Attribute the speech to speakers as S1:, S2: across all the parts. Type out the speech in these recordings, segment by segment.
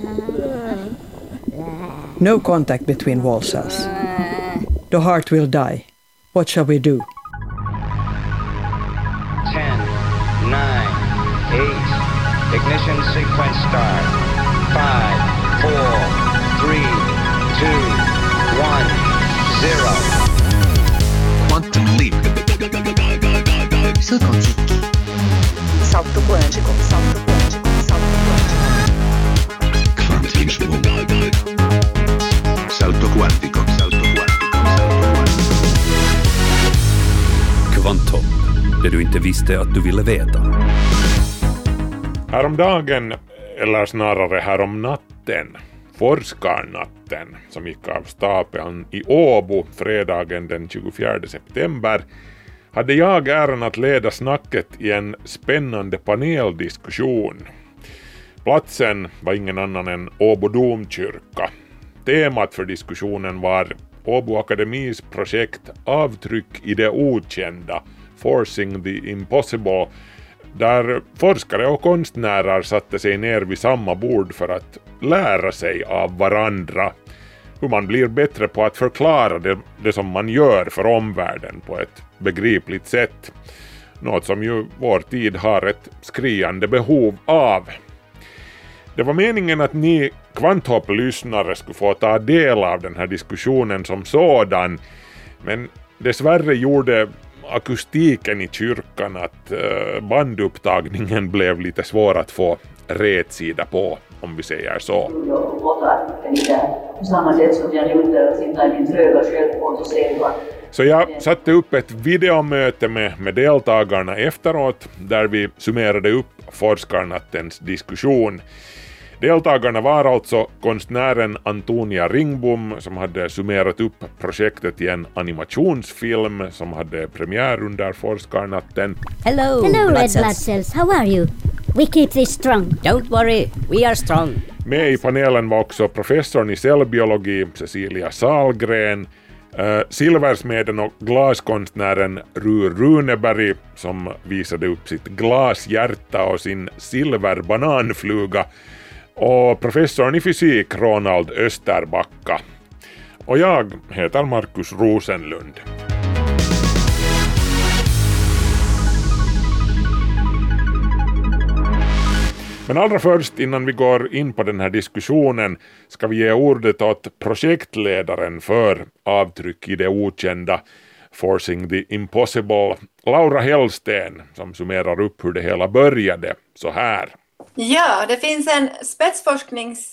S1: No contact between wall cells. The heart will die. What shall we do?
S2: 10, 9, 8, ignition sequence start. 5, 4, 3, 2, 1, 0.
S3: Quantum leap.
S4: Saut quantique. Salto quântico, salto quântico, salto quântico.
S3: Quantum leap. Salto quantico, salto quantico, salto quantico.
S5: Kvanthopp, det du inte visste att du ville veta.
S6: Häromdagen, eller snarare häromnatten, forskarnatten som gick av stapeln i Åbo fredagen den 24 september, hade jag äran att leda snacket i en spännande paneldiskussion. Platsen var ingen annan än Åbo domkyrka. Temat för diskussionen var Åbo Akademis projekt Avtryck i det okända, Forcing the Impossible, där forskare och konstnärer satte sig ner vid samma bord för att lära sig av varandra hur man blir bättre på att förklara det som man gör för omvärlden på ett begripligt sätt. Något som ju vår tid har ett skriande behov av. Det var meningen att ni Kvanthopp-lyssnare skulle få ta del av den här diskussionen som sådan, men dessvärre gjorde akustiken i kyrkan att bandupptagningen blev lite svår att få rätsida på, om vi säger så.
S7: På samma sätt som jag gjorde min tröga självkontrollering.
S6: Så jag satte upp ett videomöte med deltagarna efteråt där vi summerade upp forskarnattens diskussion. Deltagarna var alltså konstnären Antonia Ringbom som hade summerat upp projektet i en animationsfilm som hade premiär under forskarnatten.
S8: Hello red blood cells. How are you? We keep this strong. Don't worry, we are strong.
S6: Med i panelen var också professorn i cellbiologi Cecilia Sahlgren, silversmeden och glaskonstnären Rur Runeberg som visade upp sitt glashjärta och sin silverbananfluga, och professorn i fysik Ronald Österbacka. Och jag heter Markus Rosenlund. Men allra först, innan vi går in på den här diskussionen, ska vi ge ordet åt projektledaren för Avtryck i det okända, Forcing the Impossible, Laura Hellsten, som summerar upp hur det hela började så här.
S9: Ja, det finns en spetsforskningsenhet,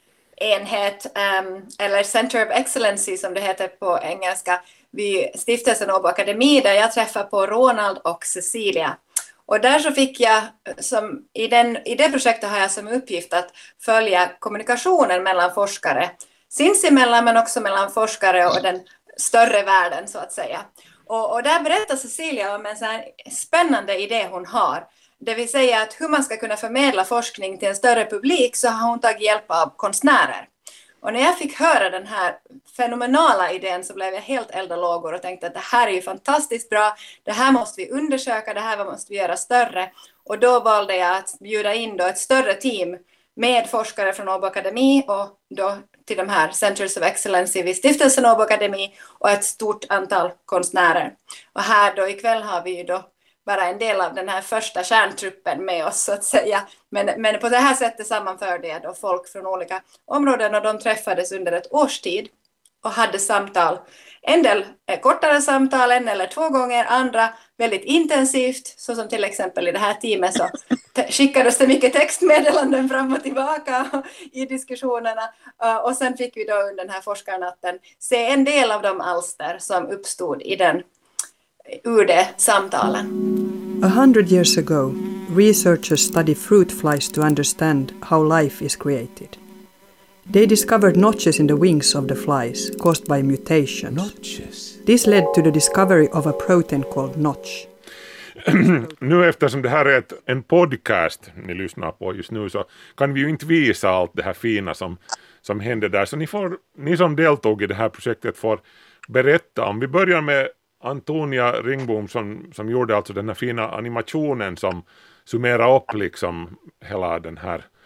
S9: eller Center of Excellency som det heter på engelska, vid Stiftelsen Åbo Akademi, där jag träffar på Ronald och Cecilia. Och där så fick jag, i det projektet har jag som uppgift att följa kommunikationen mellan forskare, sinsemellan men också mellan forskare och den större världen så att säga. Och där berättar Cecilia om en så här spännande idé hon har. Det vill säga att hur man ska kunna förmedla forskning till en större publik, så har hon tagit hjälp av konstnärer. Och när jag fick höra den här fenomenala idén så blev jag helt eld och lågor och tänkte att det här är ju fantastiskt bra. Det här måste vi undersöka, det här måste vi göra större. Och då valde jag att bjuda in då ett större team med forskare från Åbo Akademi och då till de här Centers of Excellency vid Stiftelsen Åbo Akademi och ett stort antal konstnärer. Och här då ikväll har vi ju då bara en del av den här första kärntruppen med oss så att säga. Men på det här sättet sammanförde jag då folk från olika områden och de träffades under ett års tid och hade samtal. En del kortare samtal, en eller två gånger, andra väldigt intensivt, så som till exempel i det här teamet så skickades det mycket textmeddelanden fram och tillbaka i diskussionerna. Och sen fick vi då under den här forskarnatten se en del av de alster som uppstod ur det samtalen.
S1: 100 years ago, researchers studied fruit flies to understand how life is created. They discovered notches in the wings of the flies caused by mutations.
S5: Notches.
S1: This led to the discovery of a protein called notch.
S6: Nu eftersom det här är en podcast ni lyssnar på just nu, så kan vi ju inte visa allt det här fina som hände där. Så ni som deltog i det här projektet får berätta. Om vi börjar med Antonia Ringbom som gjorde alltså den här fina animationen som summerar upp liksom hela den här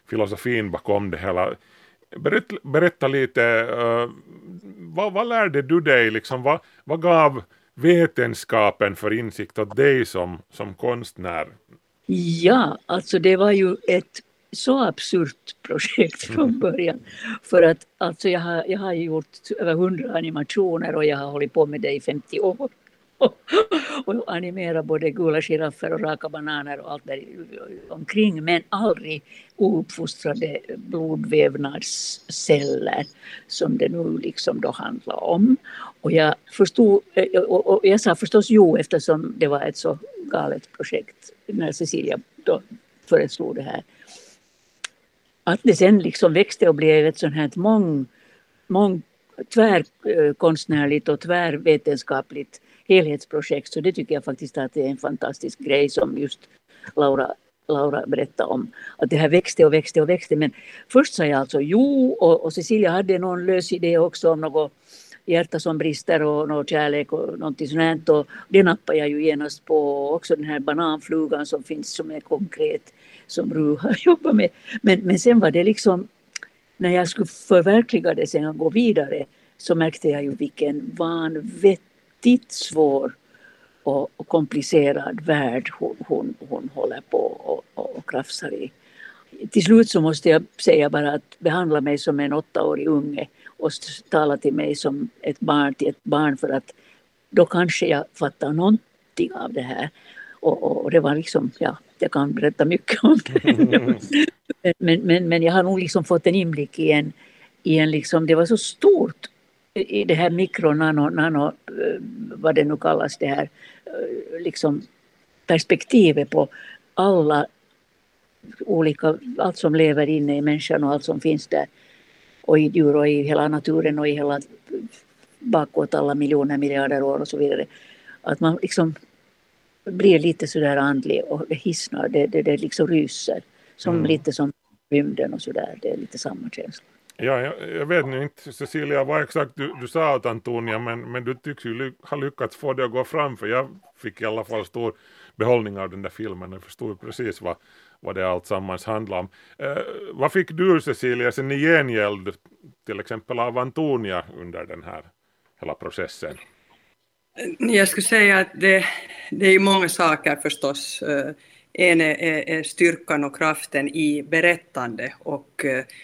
S6: filosofin bakom det hela. Berätta lite, vad lärde du dig? Liksom, vad gav vetenskapen för insikt åt dig som konstnär?
S10: Ja, alltså det var ju ett så absurt projekt från början. För att alltså jag har gjort över 100 animationer och jag har hållit på med det i 50 år. Och animera både gula giraffer och raka bananer och allt där omkring, men aldrig ouppfostrade blodvävnadsceller som det nu liksom då handlar om. Och jag förstod, och jag sa förstås jo, eftersom det var ett så galet projekt när Cecilia då föreslog det här. Att det sen liksom växte och blev ett sånt här tvärkonstnärligt och tvärvetenskapligt helhetsprojekt, så det tycker jag faktiskt att det är en fantastisk grej som just Laura berättade om. Att det här växte och växte och växte, men först sa jag alltså jo, och Cecilia hade någon lös idé också om något hjärta som brister och någon kärlek och någonting sånt, och det nappade jag ju genast på. Också den här bananflugan som finns som är konkret, som Ru har jobbat med. Men sen var det liksom, när jag skulle förverkliga det sen och gå vidare, så märkte jag ju vilken vanvettigt svår och komplicerad värld hon håller på och krafsar i. Till slut så måste jag säga bara att behandla mig som en 8-årig unge och tala till mig som ett barn till ett barn, för att då kanske jag fattar någonting av det här. Och det var liksom, ja, jag kan berätta mycket om det. men jag har nog liksom fått en inblick i en liksom, det var så stort i det här nano, vad det nu kallas, det här liksom perspektivet på alla olika, allt som lever inne i människan och allt som finns där och i djur och i hela naturen och i hela bakåt alla miljoner miljarder år och så vidare. Att man liksom blir lite sådär andlig och det hissnar, det liksom ryser som lite som rymden och sådär, det är lite samma känsla.
S6: Ja, jag vet nu inte, Cecilia, vad exakt du sa åt Antonia, men du tycks ju ha lyckats få det att gå fram, för jag fick i alla fall stor behållning av den där filmen och förstod precis vad det allt sammans handlar om. Vad fick du, Cecilia, sen i gengäld till exempel av Antonia under den här hela processen?
S1: Jag skulle säga att det är ju många saker förstås. En är styrkan och kraften i berättande och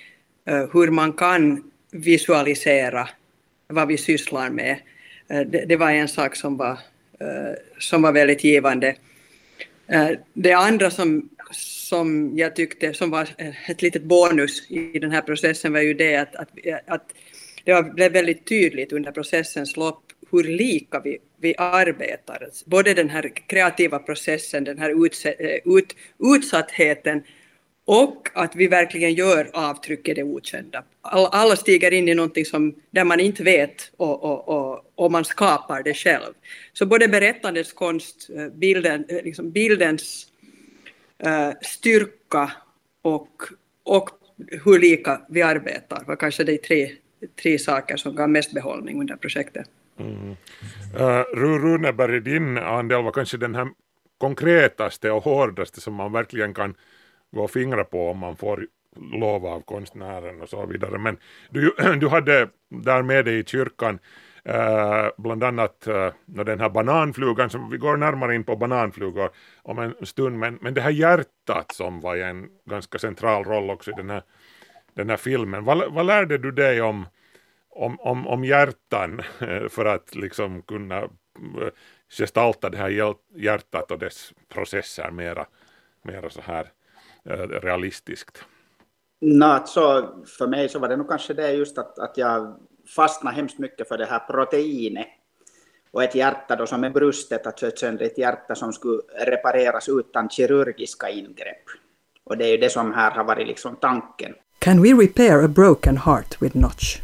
S1: hur man kan visualisera vad vi sysslar med. Det var en sak som var väldigt givande. Det andra som jag tyckte som var ett litet bonus i den här processen var ju det att det blev väldigt tydligt under processens lopp hur lika vi arbetar. Både den här kreativa processen, den här utsattheten och att vi verkligen gör avtryck i det okända. Alla stiger in i någonting där man inte vet och man skapar det själv. Så både berättandets konst, bildens styrka och hur lika vi arbetar var kanske de tre saker som gav mest behållning under projektet.
S6: Runeberg, din andel var kanske den här konkretaste och hårdaste som man verkligen kan gå och fingra på om man får lov av konstnären och så vidare. Men du hade där med dig i kyrkan bland annat den här bananflugan, som vi går närmare in på bananflugor om en stund, men det här hjärtat som var en ganska central roll också i den här filmen. Vad lärde du dig om hjärtan för att liksom kunna gestalta det här hjärtat och dess processer mera så här realistiskt?
S11: Så för mig så var det nog kanske det just att jag fastnade hemskt mycket för det här proteinet och ett hjärta då som är brustet, att ett hjärta som skulle repareras utan kirurgiska ingrepp. Och det är ju det som här har varit liksom tanken.
S1: Can we repair a broken heart with Notch?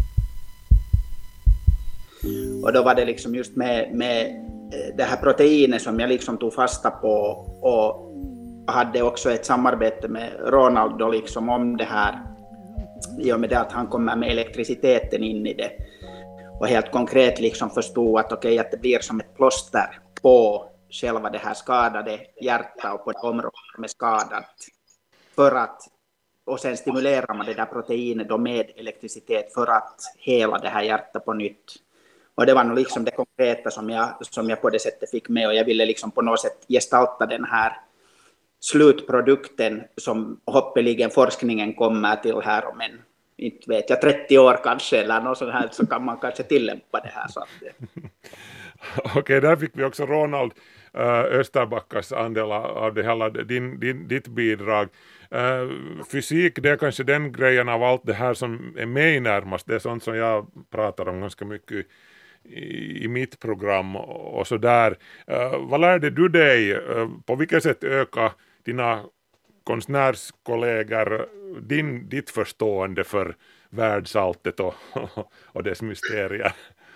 S11: Och då var det liksom just med det här proteinet som jag liksom tog fasta på och hade också ett samarbete med Ronald då liksom om det här, i och med det att han kommer med elektriciteten in i det och helt konkret liksom förstod att att det blir som ett plåster på själva det här skadade hjärta och på det området som är skadat, för att och sen stimulerar man det där proteinet då med elektricitet för att hela det här hjärtat på nytt. Och det var nog liksom det konkreta som jag på det sättet fick med, och jag ville liksom på något sätt gestalta den här slutprodukten som hoppeligen forskningen kommer till här om inte vet jag, 30 år kanske eller något sånt här, så kan man kanske tillämpa det här.
S6: Okej, där fick vi också Ronald Österbackas andel av det hela, ditt bidrag. Fysik, det är kanske den grejen av allt det här som är mig närmast. Det är sånt som jag pratar om ganska mycket i mitt program och så där. Vad lärde du dig? På vilket sätt öka dina konstnärskollegor ditt förstående för världsalltet och dess mysterier?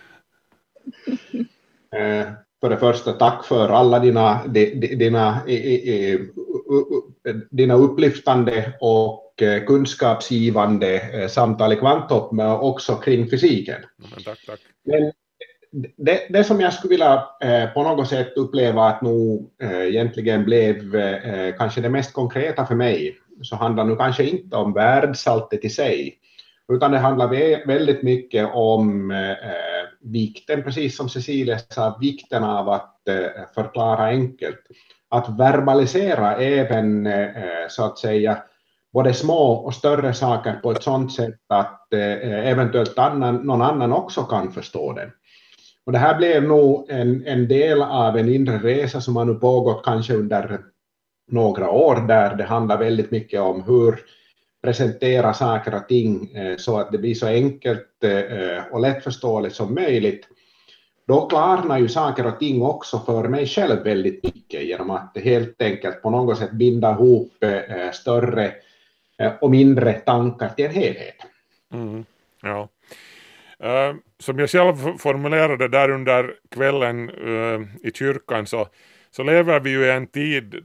S12: För det första, tack för alla dina upplyftande och kunskapsgivande samtal i Kvanthopp, men också kring fysiken.
S6: Tack.
S12: Men det som jag skulle vilja på något sätt uppleva att nu egentligen blev kanske det mest konkreta för mig, så handlar nu kanske inte om världsalltet i sig, utan det handlar väldigt mycket om vikten, precis som Cecilia sa, vikten av att förklara enkelt. Att verbalisera även så att säga både små och större saker på ett sådant sätt att eventuellt någon annan också kan förstå det. Och det här blev nog en del av en inre resa som har nu pågått kanske under några år, där det handlar väldigt mycket om hur presentera saker och ting så att det blir så enkelt och lättförståeligt som möjligt. Då klarnar ju saker och ting också för mig själv väldigt mycket genom att helt enkelt på något sätt binda ihop större och mindre tankar till en helhet.
S6: Ja. Som jag själv formulerade där under kvällen i kyrkan, så lever vi ju i en tid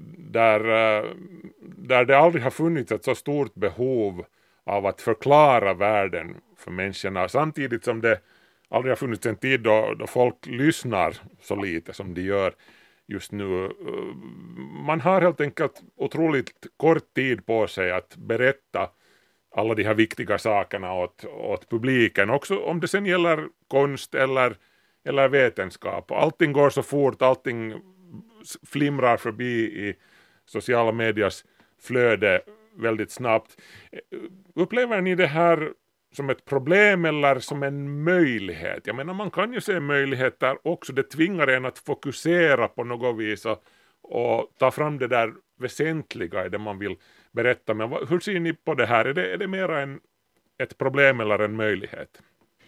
S6: där det aldrig har funnits ett så stort behov av att förklara världen för människorna, samtidigt som det aldrig har funnits en tid då folk lyssnar så lite som de gör just nu. Man har helt enkelt otroligt kort tid på sig att berätta alla de här viktiga sakerna åt publiken, också om det sen gäller konst eller vetenskap. Allting går så fort, allting flimrar förbi i sociala medias flöde väldigt snabbt. Upplever ni det här som ett problem eller som en möjlighet? Jag menar, man kan ju se möjligheter också. Det tvingar en att fokusera på något vis och ta fram det där väsentliga i det man vill berätta. Men hur ser ni på det här? Är det mer ett problem eller en möjlighet?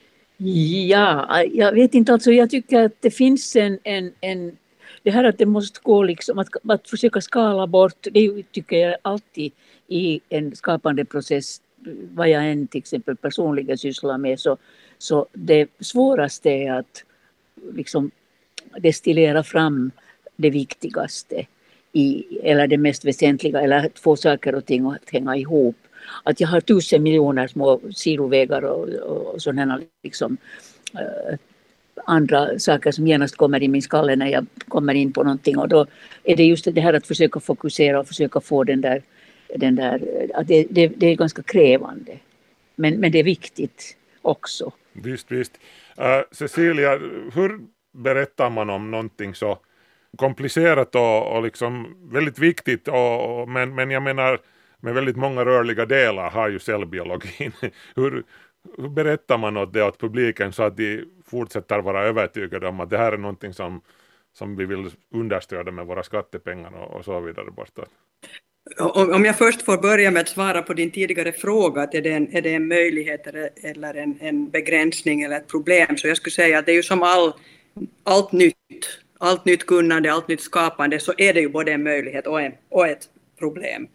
S10: Ja, jag vet inte. Alltså, jag tycker att det finns en det här att det måste gå liksom att försöka skala bort, det tycker jag alltid i en skapande process, vad jag än till exempel personligen sysslar med, så det svåraste är att liksom destillera fram det viktigaste eller det mest väsentliga, eller att få saker och ting att hänga ihop. Att jag har 1000 miljoner små sidovägar och sådana liksom andra saker som genast kommer i min skalle när jag kommer in på någonting, och då är det just det här att försöka fokusera och försöka få den där det är ganska krävande, men det är viktigt också.
S6: Visst. Cecilia, hur berättar man om någonting så komplicerat och liksom väldigt viktigt men jag menar med väldigt många rörliga delar har ju cellbiologin. Hur berättar man åt publiken så att de fortsätter vara övertygade om att det här är någonting som vi vill understödja med våra skattepengar och så vidare bortåt?
S1: Om jag först får börja med att svara på din tidigare fråga, att är det en möjlighet eller en begränsning eller ett problem, så jag skulle säga att det är ju som allt nytt kunnande, allt nytt skapande, så är det ju både en möjlighet och ett problem.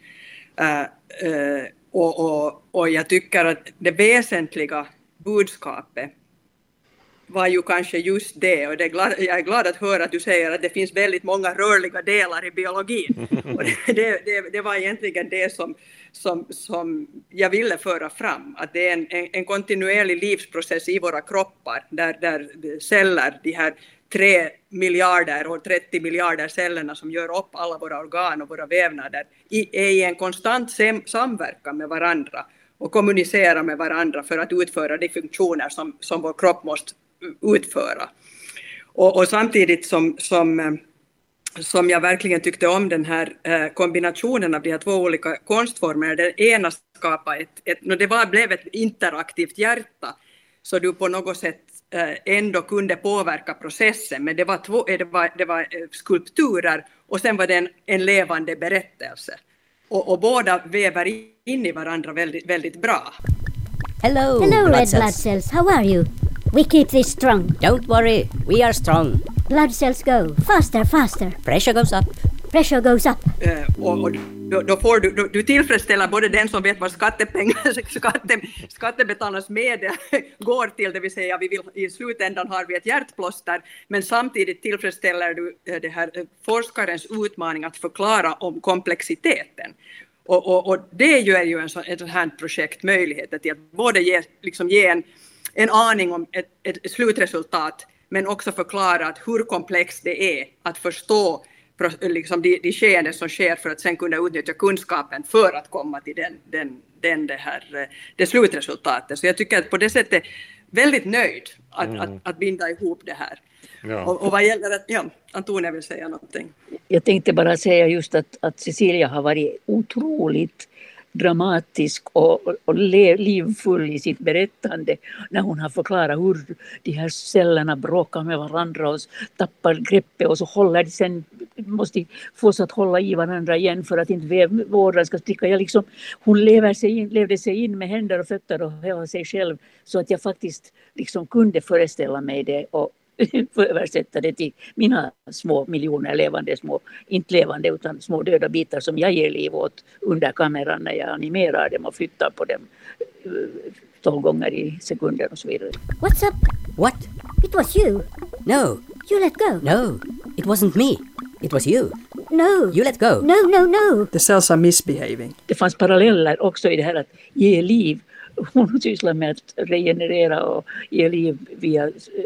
S1: Och jag tycker att det väsentliga budskapet var ju kanske just det, och jag är glad att höra att du säger att det finns väldigt många rörliga delar i biologin. Och det var egentligen det som jag ville föra fram, att det är en kontinuerlig livsprocess i våra kroppar där celler, de här 3 miljarder och 30 miljarder cellerna som gör upp alla våra organ och våra vävnader är i en konstant samverkan med varandra och kommunicera med varandra för att utföra de funktioner som vår kropp måste utföra. Och samtidigt som jag verkligen tyckte om den här kombinationen av de här två olika konstformerna. Den ena skapade blev ett interaktivt hjärta, så du på något sätt ändå kunde påverka processen, men det var skulpturer och sen var det en levande berättelse. Och båda väver in i varandra väldigt, väldigt bra.
S8: Hello red blood cells. How are you? We keep this strong.
S13: Don't worry, we are strong.
S8: Blood cells go. Faster, faster.
S13: Pressure goes up.
S8: Pressure goes up.
S1: Och då får du tillfredsställa både den som vet vad skattebetalarnas medel går till, det vill säga i slutändan har vi ett hjärtplåster, men samtidigt tillfredsställer du det här forskarens utmaning att förklara om komplexiteten. Och det gör ju ett sånt här projekt möjligheter till att både ge en aning om ett slutresultat, men också förklara att hur komplext det är att förstå liksom de skeenden som sker för att sen kunna utnyttja kunskapen för att komma till det slutresultatet. Så jag tycker att på det sättet väldigt nöjd att binda ihop det här. Ja. Och vad gäller att, Antonia vill säga någonting.
S10: Jag tänkte bara säga just att Cecilia har varit otroligt dramatisk och livfull i sitt berättande när hon har förklarat hur de här cellerna bråkar med varandra och tappar greppet och så håller de sen, måste få sig att hålla i varandra igen för att inte vården ska sticka. Hon levde sig in med händer och fötter och hela sig själv, så att jag faktiskt kunde föreställa mig det och översätta det till mina små miljoner levande, inte levande utan små döda bitar som jag ger liv åt under kameran när jag animerar dem och flyttar på dem 12 gånger i sekunden och så vidare.
S8: What's up?
S13: What?
S8: It was you.
S13: No.
S8: You let go.
S13: No, it wasn't me. It was you.
S8: No.
S13: You let go.
S8: No.
S1: The cells are misbehaving.
S10: Det fanns paralleller också i det här att ge liv. Hon sysslar med att regenerera och ge liv via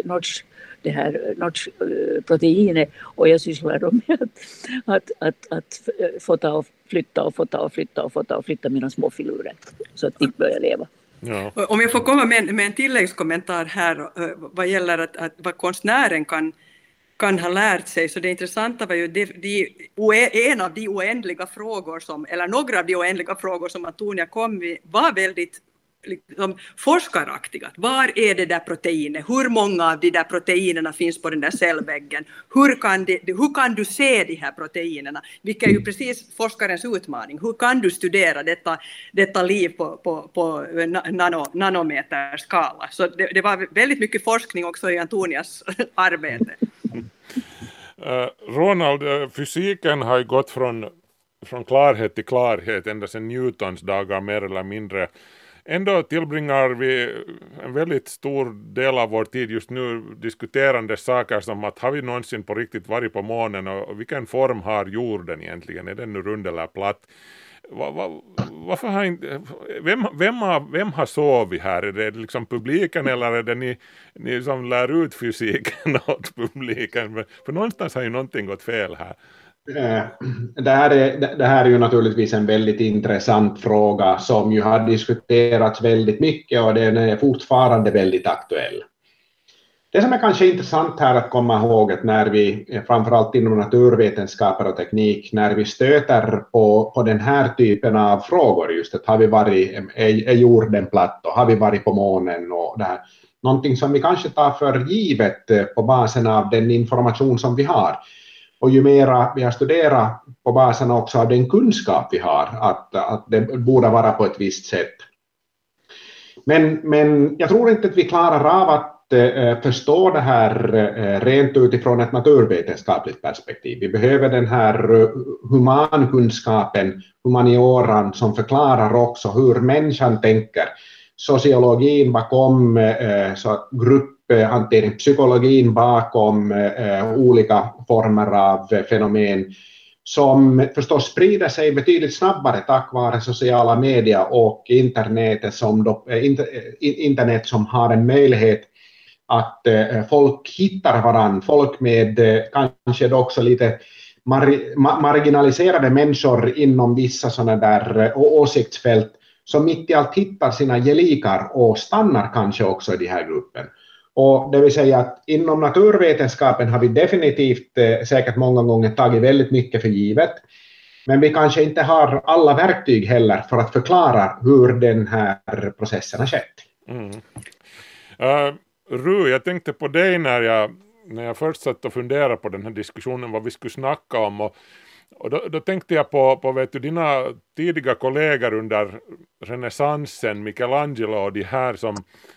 S10: Notch-proteinet, och jag sysslar då med att fota och flytta mina små filurer så att de börjar leva.
S1: Ja. Om jag får komma med en tilläggskommentar här vad gäller att vad konstnären kan ha lärt sig, så det intressanta var ju en av de oändliga frågor några av de oändliga frågor som Antonia kom vid var väldigt forskaraktiga. Var är det där proteinet? Hur många av de där proteinerna finns på den där cellväggen? Hur kan du se de här proteinerna? Vilket är ju precis forskarens utmaning. Hur kan du studera detta liv på nanometerskala? Så det var väldigt mycket forskning också i Antonias arbete.
S6: Ronald, fysiken har ju gått från klarhet till klarhet ända sedan Newtons dagar mer eller mindre. Ändå tillbringar vi en väldigt stor del av vår tid just nu diskuterande saker som att har vi någonsin på riktigt varit på månen och vilken form har jorden egentligen? Är den nu rund eller platt? Varför har inte, vem har sovit här? Är det liksom publiken eller är det ni som lär ut fysiken åt publiken? För någonstans har ju någonting gått fel här.
S12: Det här är ju naturligtvis en väldigt intressant fråga som ju har diskuterats väldigt mycket, och den är fortfarande väldigt aktuell. Det som är kanske intressant här att komma ihåg att när vi, framförallt inom naturvetenskaper och teknik, när vi stöter på den här typen av frågor, just att har vi varit, är jorden platt och har vi varit på månen och det här, någonting som vi kanske tar för givet på basen av den information som vi har. Och ju mer vi har studerat på basen också av den kunskap vi har, att det borde vara på ett visst sätt. Men jag tror inte att vi klarar av att förstå det här rent utifrån ett naturvetenskapligt perspektiv. Vi behöver den här humankunskapen, humanioran, som förklarar också hur människan tänker. Sociologin bakom grupphantering, psykologin bakom olika former av fenomen som förstås sprider sig betydligt snabbare tack vare sociala medier och internet som har en möjlighet att folk hittar varann, folk med kanske också lite marginaliserade människor inom vissa sådana där åsiktsfält som mitt i allt hittar sina gelikar och stannar kanske också i den här gruppen. Och det vill säga att inom naturvetenskapen har vi definitivt säkert många gånger tagit väldigt mycket för givet, men vi kanske inte har alla verktyg heller för att förklara hur den här processen har skett.
S6: Ru, jag tänkte på dig när jag först satt och funderade på den här diskussionen vad vi skulle snacka om, och då tänkte jag på vet du, dina tidiga kollegor under renässansen, Michelangelo och de här som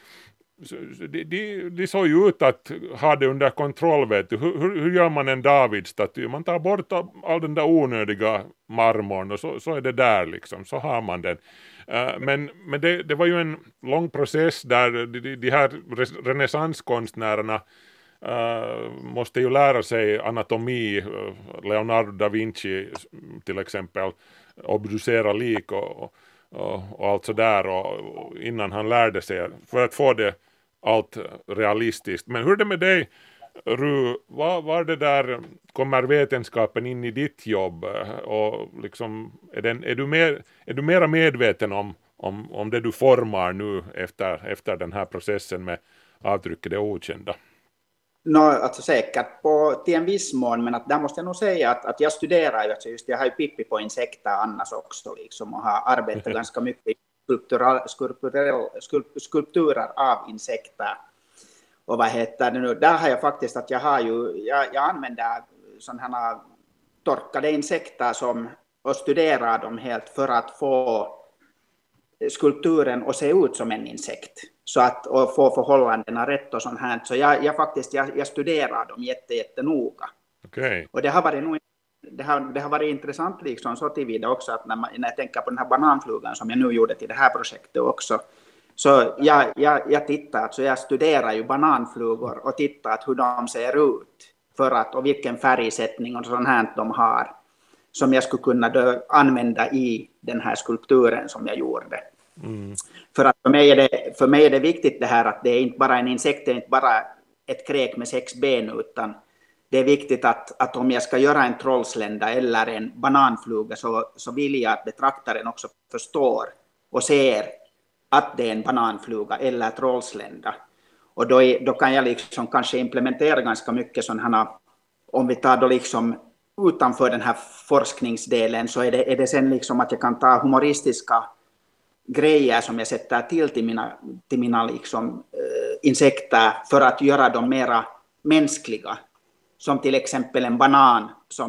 S6: de såg ju ut att ha det under kontroll, vet du. Hur gör man en David-staty? Man tar bort all den där onödiga marmorn och så är det där liksom, så har man den. Men det var ju en lång process där de här renässanskonstnärerna måste ju lära sig anatomi, Leonardo da Vinci till exempel, obducera lik och allt sådär, och innan han lärde sig för att få det allt realistiskt. Men hur är det med dig, Ru? Var det där, kommer vetenskapen in i ditt jobb, och liksom, är du mera medveten om det du formar nu efter den här processen med avtrycket det okända?
S11: Alltså säkert till en viss mån, men att där måste jag nog säga att jag studerar ju, alltså just jag har ju Pippi på insekter annars också liksom, och har arbetat ganska mycket i skulpturer av insekter. Och vad heter det nu, där har jag faktiskt att jag använder sådana torkade insekter och studerar dem helt för att få skulpturen att se ut som en insekt. Så att och få förhållandena rätt och sånt här. Så jag studerar dem jättenoga.
S6: Okay.
S11: Och det har varit intressant liksom så tillvida också att när jag tänker på den här bananflugan som jag nu gjorde till det här projektet också. Så jag tittar, så jag studerar ju bananflugor och tittar hur de ser ut och vilken färgsättning och sånt här de har som jag skulle kunna använda i den här skulpturen som jag gjorde. För att för mig är det viktigt det här att det är inte bara en insekt, det är inte bara ett kräk med 6 ben, utan det är viktigt att om jag ska göra en trollslända eller en bananfluga så vill jag att betraktaren också förstår och ser att det är en bananfluga eller trollslända. Och då kan jag liksom kanske implementera ganska mycket sådana, om vi tar då liksom utanför den här forskningsdelen, så är det sen liksom att jag kan ta humoristiska grejer som jag sätter till mina liksom, insekter för att göra dem mera mänskliga. Som till exempel en banan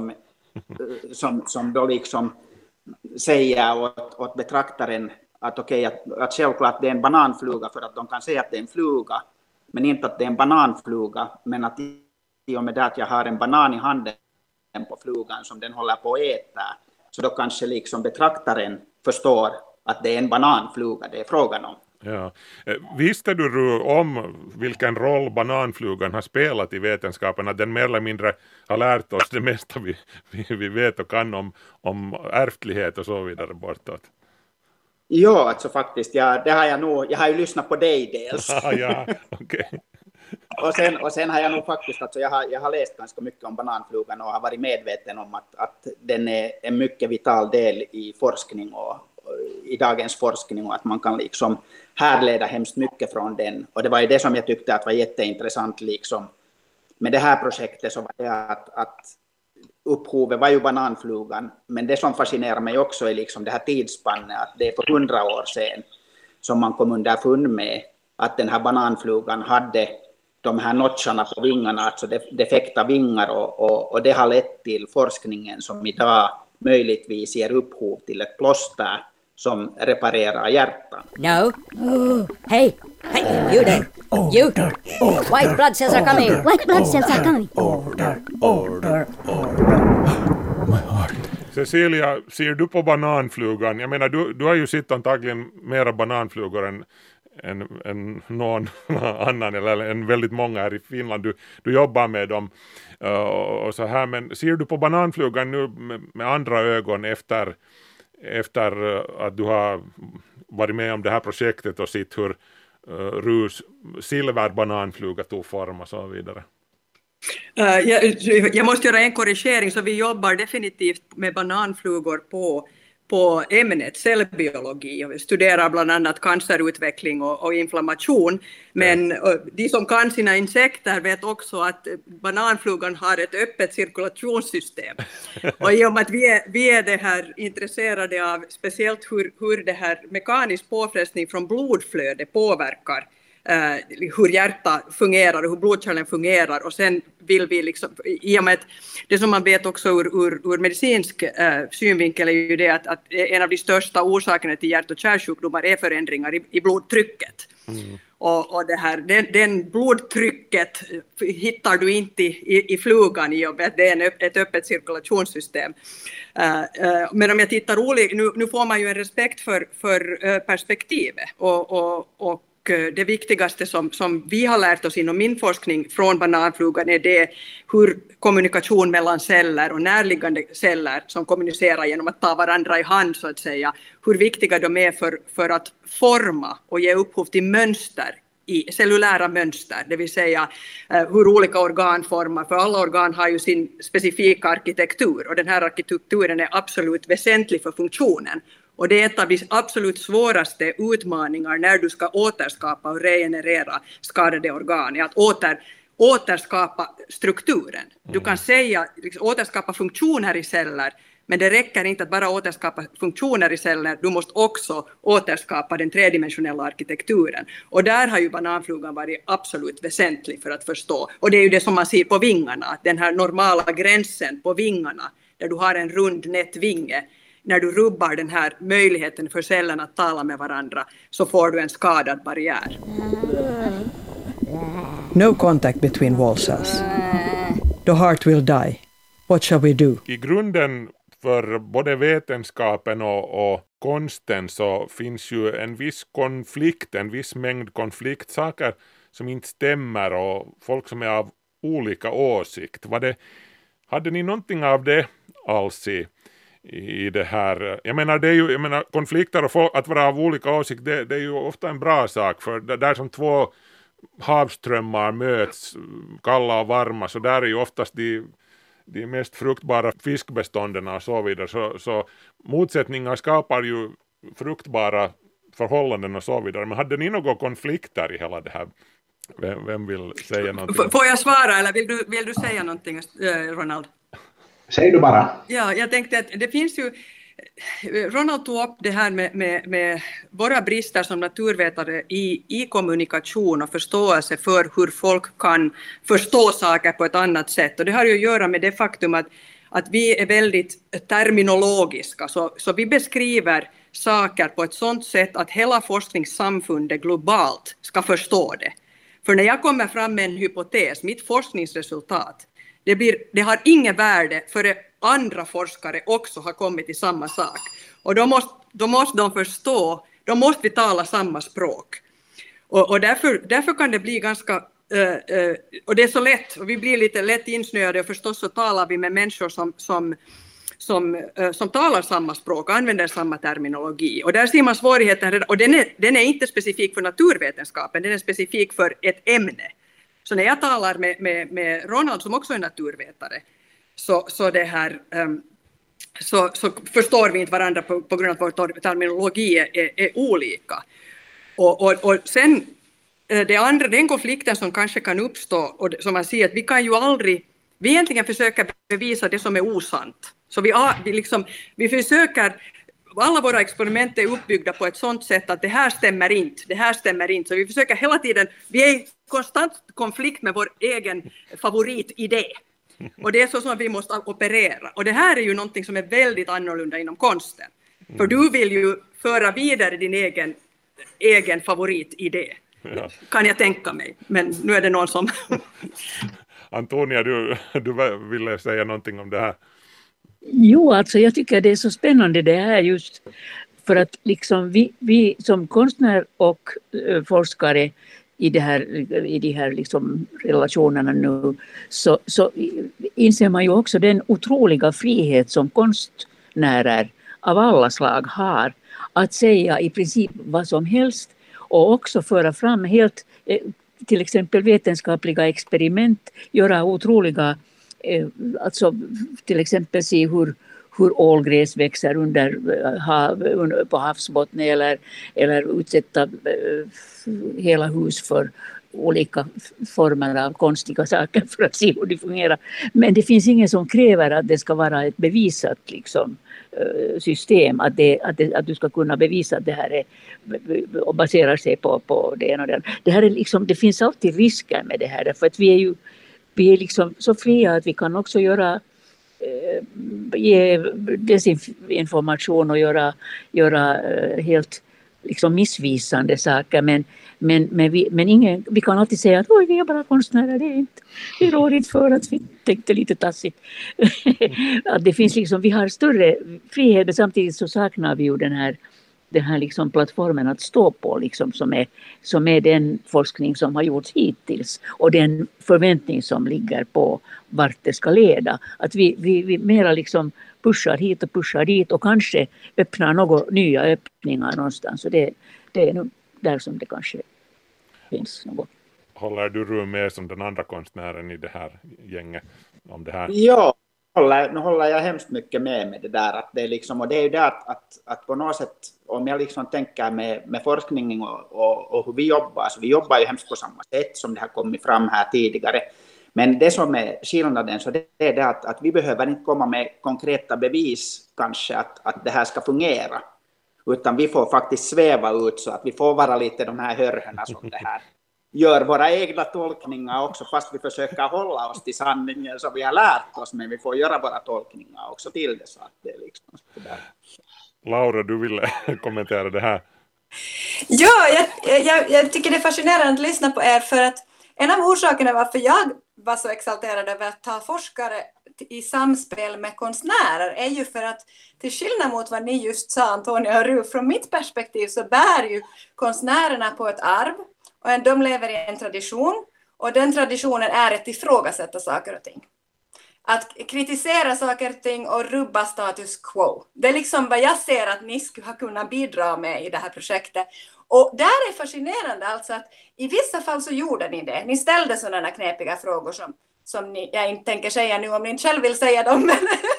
S11: som då liksom säger åt betraktaren att okej, att självklart det är en bananfluga för att de kan säga att det är en fluga, men inte att det är en bananfluga, men att i och med det att jag har en banan i handen på flugan som den håller på att äta, så då kanske liksom betraktaren förstår att det är en bananfluga det är frågan om.
S6: Ja. Visste du om vilken roll bananflugan har spelat i vetenskapen, att den mer eller mindre har lärt oss det mesta vi vet och kan om ärftlighet och så vidare bortåt?
S11: Ja, alltså faktiskt, det har jag har ju lyssnat på dig dels.
S6: Ja, okej.
S11: Och sen har jag nog faktiskt, alltså jag har läst ganska mycket om bananflugan och har varit medveten om att den är en mycket vital del i forskning och i dagens forskning, och att man kan liksom härleda hemskt mycket från den. Och det var ju det som jag tyckte att var jätteintressant liksom. Med det här projektet så var det att upphovet var ju bananflugan, men det som fascinerar mig också är liksom det här tidsspannet, att det är för 100 år sedan som man kom underfund med att den här bananflugan hade de här notcharna på vingarna, alltså defekta vingar, och det har lett till forskningen som idag möjligtvis ger upphov till ett plåster som reparerar hjärtan.
S8: No. Hey, you there. You. White blood cells are coming. White blood cells are coming.
S5: Order. My heart.
S6: Cecilia, ser du på bananflugan? Jag menar, du har ju sett antagligen mera bananflugor än någon annan, eller än väldigt många här i Finland. Du jobbar med dem och så här, men ser du på bananflugan nu med andra ögon efter att du har varit med om det här projektet och sett silverbananfluga tog form och så vidare.
S1: Jag måste göra en korrigering, så vi jobbar definitivt med bananflugor på ämnet cellbiologi, och vi studerar bland annat cancerutveckling och inflammation, men de som kan sina insekter vet också att bananflugan har ett öppet cirkulationssystem. Och i och med att vi är det här intresserade av speciellt hur det här mekanisk påfrestning från blodflöde påverkar hur hjärta fungerar och hur blodkärlen fungerar, och sen vill vi liksom, i och med att det som man vet också ur medicinsk synvinkel är ju det att en av de största orsakerna till hjärt- och kärlsjukdomar är förändringar i blodtrycket. Och det här, den blodtrycket hittar du inte i flugan i och med att det är ett öppet cirkulationssystem. Men om jag tittar nu får man ju en respekt för perspektivet och det viktigaste som vi har lärt oss inom min forskning från bananflugan är det hur kommunikation mellan celler och närliggande celler som kommunicerar genom att ta varandra i hand så att säga, hur viktiga de är för att forma och ge upphov till mönster, i cellulära mönster, det vill säga hur olika organ formar, för alla organ har ju sin specifika arkitektur, och den här arkitekturen är absolut väsentlig för funktionen. Och det är ett av de absolut svåraste utmaningar när du ska återskapa och regenerera skadade organ, att återskapa strukturen. Du kan säga återskapa funktioner i celler, men det räcker inte att bara återskapa funktioner i celler, du måste också återskapa den tredimensionella arkitekturen. Och där har ju bananflugan varit absolut väsentlig för att förstå. Och det är ju det som man ser på vingarna, att den här normala gränsen på vingarna, där du har en rund nätt vinge, när du rubbar den här möjligheten för cellerna att tala med varandra, så får du en skadad barriär.
S14: No contact between wall cells. The heart will die. What shall we do?
S6: I grunden för både vetenskapen och konsten så finns ju en viss konflikt, en viss mängd konfliktsaker som inte stämmer och folk som är av olika åsikt. Hade ni någonting av det alls i det här? Jag menar konflikter och att vara av olika åsikt, det är ju ofta en bra sak, för där som två havsströmmar möts, kalla och varma, så där är ju oftast de mest fruktbara fiskbestånden och så vidare. Så motsättningar skapar ju fruktbara förhållanden och så vidare. Men hade ni några konflikter i hela det här? Vem vill säga någonting?
S1: Får jag svara, eller vill du säga någonting, Ronald?
S12: Säg du bara.
S1: Ja, jag tänkte att det finns ju, Ronald tog upp det här med våra brister som naturvetare i kommunikation och förståelse för hur folk kan förstå saker på ett annat sätt. Och det har ju att göra med det faktum att vi är väldigt terminologiska, så vi beskriver saker på ett sådant sätt att hela forskningssamfundet globalt ska förstå det. För när jag kommer fram med en hypotes, mitt forskningsresultat, det har ingen värde för andra forskare också har kommit till samma sak. Och då måste de förstå, då måste vi tala samma språk. Och därför kan det bli ganska, och det är så lätt, och vi blir lite lätt insnöade, och förstås så talar vi med människor som talar samma språk och använder samma terminologi. Och där ser man svårigheten, och den är inte specifik för naturvetenskapen, den är specifik för ett ämne. Så när jag talar med Ronald som också är naturvetare, så förstår vi inte varandra på grund av att vår terminologi är olika. Och sen den konflikten som kanske kan uppstå, och som man ser att vi kan ju aldrig, vi egentligen försöker bevisa det som är osant. Så vi försöker, alla våra experiment är uppbyggda på ett sådant sätt att det här stämmer inte. Så vi försöker hela tiden, vi är i konstant konflikt med vår egen favoritidé. Och det är så som vi måste operera. Och det här är ju någonting som är väldigt annorlunda inom konsten. För du vill ju föra vidare din egen favoritidé. Ja. Kan jag tänka mig. Men nu är det någon som...
S6: Antonia, du ville säga någonting om det här.
S10: Jo, alltså jag tycker det är så spännande det här just för att liksom vi som konstnär och forskare i de här liksom relationerna nu så inser man ju också den otroliga frihet som konstnärer av alla slag har att säga i princip vad som helst och också föra fram helt till exempel vetenskapliga experiment, göra otroliga, alltså till exempel se hur ålgräs växer på havsbotten eller utsätta hela hus för olika former av konstiga saker för att se hur det fungerar. Men det finns ingen som kräver att det ska vara ett bevisat liksom, system, att du ska kunna bevisa att det här är och baserar sig på det ena och det. Det här är liksom, det finns alltid risker med det här, därför att vi är liksom så fria att vi kan också ge desinformation och göra helt liksom missvisande saker, men vi kan alltid säga att vi är bara konstnärer, det rår inte för att vi tänkte lite tassigt. Att det finns liksom, vi har större frihet, men samtidigt så saknar vi ju den här liksom plattformen att stå på, liksom, som är den forskning som har gjorts hittills och den förväntning som ligger på vart det ska leda. Att vi mera liksom pushar hit och pushar dit och kanske öppnar några nya öppningar någonstans. Så det är nog där som det kanske finns något.
S6: Håller du med som den andra konstnären i det här gänget om det här?
S11: Ja, nu håller jag hemskt mycket med det där. Att det är liksom, och det är ju det att på något sätt, om jag liksom tänker med forskning och hur vi jobbar, så vi jobbar ju hemskt på samma sätt som det har kommit fram här tidigare. Men det som är skillnaden, så det är det att vi behöver inte komma med konkreta bevis kanske att det här ska fungera. Utan vi får faktiskt sväva ut så att vi får vara lite de här hörhörna som det här. Gör våra egna tolkningar också, fast vi försöker hålla oss till sanningen som vi har lärt oss, men vi får göra våra tolkningar också till det, så att det är liksom sådär.
S6: Laura, du ville kommentera det här?
S9: Ja, jag tycker det är fascinerande att lyssna på er, för att en av orsakerna varför jag var så exalterad över att ta forskare i samspel med konstnärer är ju för att, till skillnad mot vad ni just sa, Antonia och Ruf, från mitt perspektiv så bär ju konstnärerna på ett arv. Och de lever i en tradition, och den traditionen är att ifrågasätta saker och ting. Att kritisera saker och ting och rubba status quo. Det är liksom vad jag ser att ni skulle ha kunnat bidra med i det här projektet. Och där är fascinerande alltså att i vissa fall så gjorde ni det. Ni ställde sådana knepiga frågor som jag inte tänker säga nu om ni inte själv vill säga dem.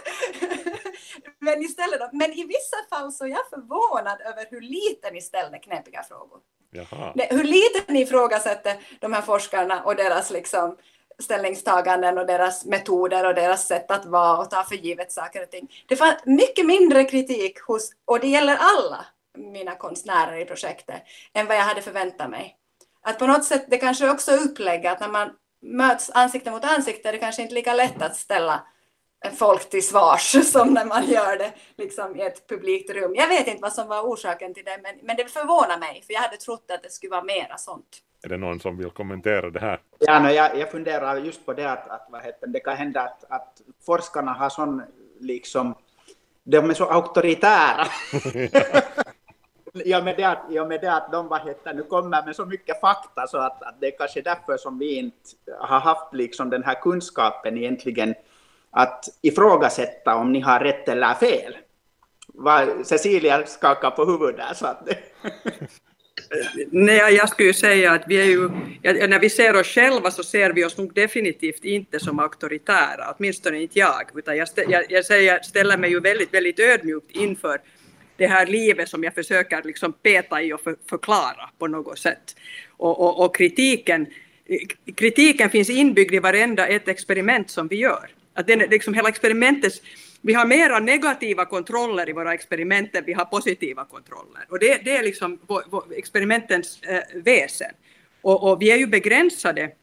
S9: Men ni ställde dem. Men i vissa fall så är jag förvånad över hur lite ni ställde knepiga frågor.
S6: Jaha.
S9: Hur lite ni ifrågasätter de här forskarna och deras liksom ställningstaganden och deras metoder och deras sätt att vara och ta för givet saker och ting. Det fanns mycket mindre kritik och det gäller alla mina konstnärer i projektet, än vad jag hade förväntat mig. Att på något sätt, det kanske också upplägger att när man möts ansikte mot ansikte, det kanske inte är lika lätt att ställa folk till svars som när man gör det liksom i ett publikt rum. Jag vet inte vad som var orsaken till det, men det förvånar mig, för jag hade trott att det skulle vara mera sånt.
S6: Är det någon som vill kommentera det här?
S11: Ja, jag funderar just på det att det kan hända att forskarna har sån liksom, de är så auktoritära. Ja, med det att de nu kommer med så mycket fakta, så att det är kanske därför som vi inte har haft liksom den här kunskapen egentligen att ifrågasätta om ni har rätt eller fel. Cecilia skakar på huvudet så att det...
S1: Nej, jag skulle ju säga att vi är ju, när vi ser oss själva så ser vi oss nog definitivt inte som auktoritära, åtminstone inte jag, utan jag ställer mig ju väldigt, väldigt ödmjukt inför det här livet som jag försöker liksom peta i och förklara på något sätt. Och kritiken finns inbyggd i varenda ett experiment som vi gör. Att den, liksom hela experimentet, vi har mera negativa kontroller i våra experiment än vi har positiva kontroller. Och det är liksom experimentens väsen. Och vi är ju begränsade.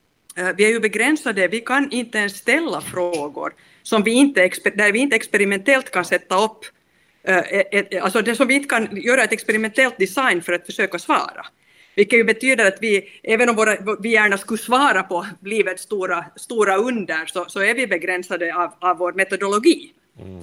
S1: Vi kan inte ens ställa frågor som där vi inte experimentellt kan sätta upp. Alltså det som vi inte kan göra ett experimentellt design för att försöka svara. Vilket ju betyder att även om vi gärna skulle svara på livets stora under, så är vi begränsade av vår metodologi. Mm.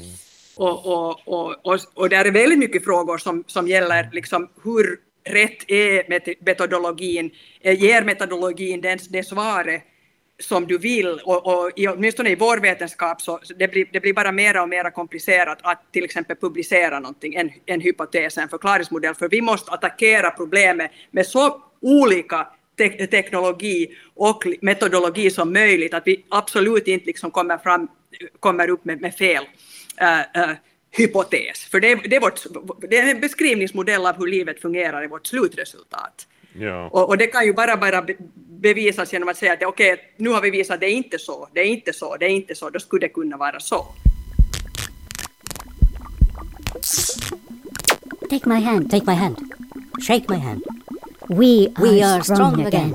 S1: Och där är väldigt mycket frågor som gäller liksom hur rätt är metodologin, ger metodologin det svaret som du vill, och åtminstone i vår vetenskap så det blir bara mer och mer komplicerat att till exempel publicera någonting, en hypotes, en förklaringsmodell, för vi måste attackera problemet med så olika teknologi och metodologi som möjligt, att vi absolut inte liksom kommer upp med fel hypotes. För det är en beskrivningsmodell av hur livet fungerar i vårt slutresultat.
S6: Ja.
S1: Och det kan ju bara bevisas genom att säga att okej, nu har vi visat att det är inte så, det är inte så, det är inte så, då skulle det kunna vara så.
S8: Take my hand, take my hand. Shake my hand. We are strong again.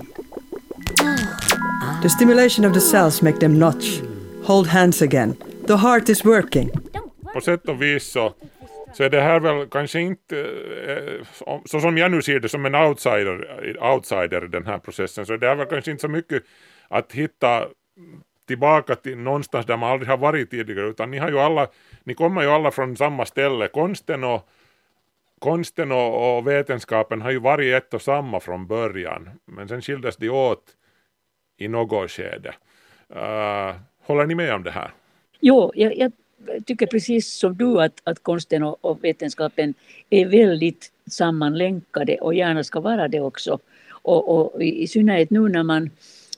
S14: The stimulation of the cells make them notch. Hold hands again. The heart is working.
S6: På sätt och vis så är det här väl kanske inte, så som jag nu ser det som en outsider i den här processen, så är det här väl kanske inte så mycket att hitta tillbaka till någonstans där man aldrig har varit tidigare, utan ni kommer ju alla från samma ställe. Konsten och vetenskapen har ju varit ett och samma från början, men sen skildes de åt i något skede. Håller ni med om det här?
S10: Jo, jag tycker precis som du att konsten och vetenskapen är väldigt sammanlänkade och gärna ska vara det också. Och i synnerhet nu när man,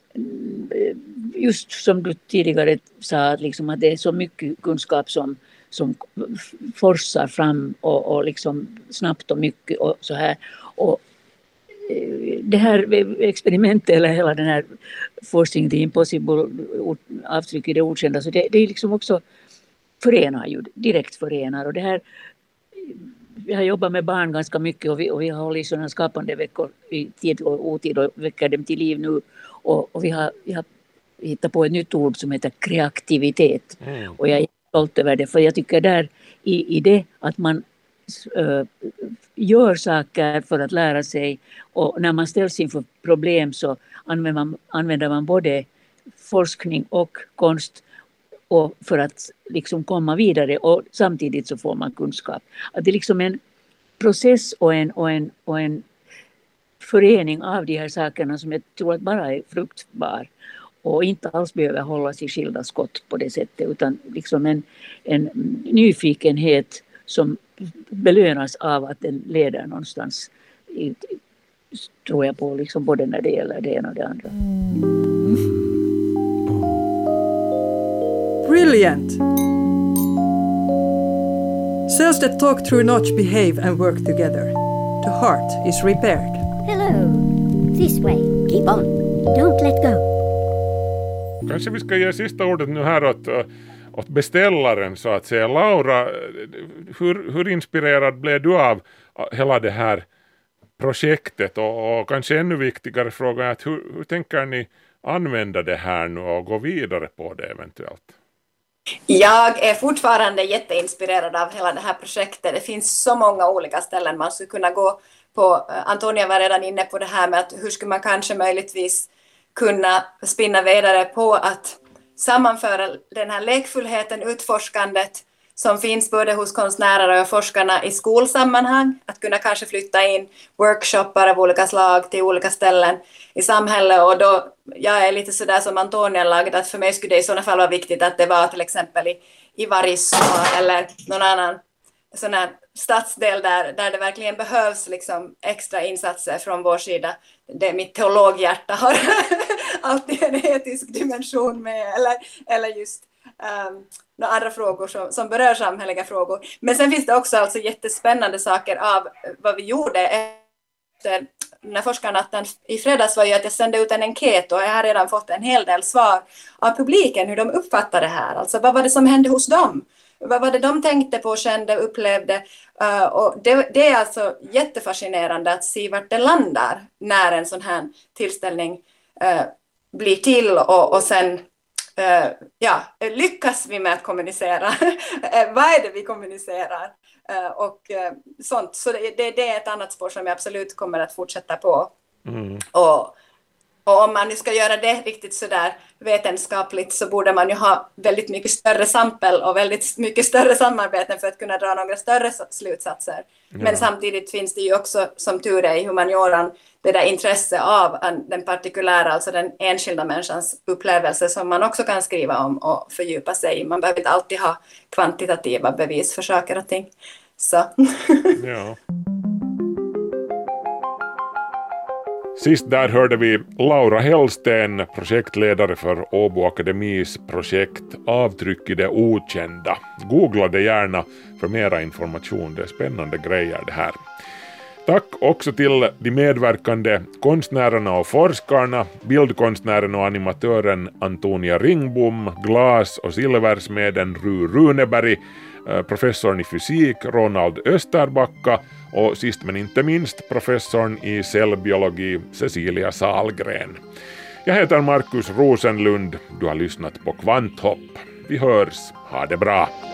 S10: just som du tidigare sa, liksom att det är så mycket kunskap som forsar fram och liksom snabbt och mycket och så här. Och det här experimentet eller hela den här Forcing the Impossible, avtryck i det okända, så det är liksom också direkt förenar. Och det här, vi har jobbat med barn ganska mycket och vi har hållit sådana skapande veckor i tid och otid och väcker dem till liv nu. Och vi har hittat på ett nytt ord som heter kreativitet. Och jag är stolt över det, för jag tycker där i det att man gör saker för att lära sig, och när man ställs inför problem så använder man både forskning och konst och för att liksom komma vidare, och samtidigt så får man kunskap. Att det är liksom en process och en förening av de här sakerna som jag tror att bara är fruktbar och inte alls behöver hållas i skilda skott på det sättet, utan liksom en nyfikenhet som belönas av att den leder någonstans, tror jag på, liksom både när det gäller det ena och det andra.
S14: Brilliant! Cells that talk through notch behave and work together. The heart is repaired.
S8: Hello. This way. Keep on. Don't let go.
S6: Kanske vi ska ge sista ordet nu här åt beställaren så att säga. Laura, hur inspirerad blev du av hela det här projektet? Och kanske ännu viktigare fråga är att hur tänker ni använda det här nu och gå vidare på det eventuellt?
S9: Jag är fortfarande jätteinspirerad av hela det här projektet. Det finns så många olika ställen man skulle kunna gå på. Antonia var redan inne på det här med att hur skulle man kanske möjligtvis kunna spinna vidare på att sammanföra den här lekfullheten, utforskandet som finns både hos konstnärer och forskarna i skolsammanhang. Att kunna kanske flytta in workshoppar av olika slag till olika ställen i samhället. Och då, jag är lite sådär som Antonia lagd, att för mig skulle det i sådana fall vara viktigt att det var till exempel i Varisma eller någon annan sån här stadsdel där det verkligen behövs liksom extra insatser från vår sida. Det mitt teologhjärta har alltid en etisk dimension med, eller just några andra frågor som berör samhälleliga frågor. Men sen finns det också alltså jättespännande saker av vad vi gjorde efter den här forskarnatten i fredags, var ju att jag sände ut en enkät och jag har redan fått en hel del svar av publiken hur de uppfattar det här. Alltså vad var det som hände hos dem? Vad var det de tänkte på, kände, upplevde? Och det är alltså jättefascinerande att se vart det landar när en sån här tillställning blir till och sen lyckas vi med att kommunicera. Vad är det vi kommunicerar? Och sånt. Så det är ett annat spår som jag absolut kommer att fortsätta på. Och Och om man nu ska göra det riktigt sådär vetenskapligt så borde man ju ha väldigt mycket större sampel och väldigt mycket större samarbeten för att kunna dra några större slutsatser. Ja. Men samtidigt finns det ju också, som tur är i humanioran, det där intresse av den partikulära, alltså den enskilda människans upplevelse som man också kan skriva om och fördjupa sig i. Man behöver inte alltid ha kvantitativa bevis för saker och ting. Så.
S6: Ja. Sist där hörde vi Laura Hellsten, projektledare för Åbo Akademis projekt Avtryck i det okända. Googla det gärna för mera information, det är spännande grejer det här. Tack också till de medverkande konstnärerna och forskarna, bildkonstnären och animatören Antonia Ringbom, glas- och silversmeden Runeberg, professorn i fysik Ronald Österbacka och sist men inte minst professorn i cellbiologi Cecilia Sahlgren. Jag heter Markus Rosenlund, du har lyssnat på Kvanthopp. Vi hörs, ha det bra!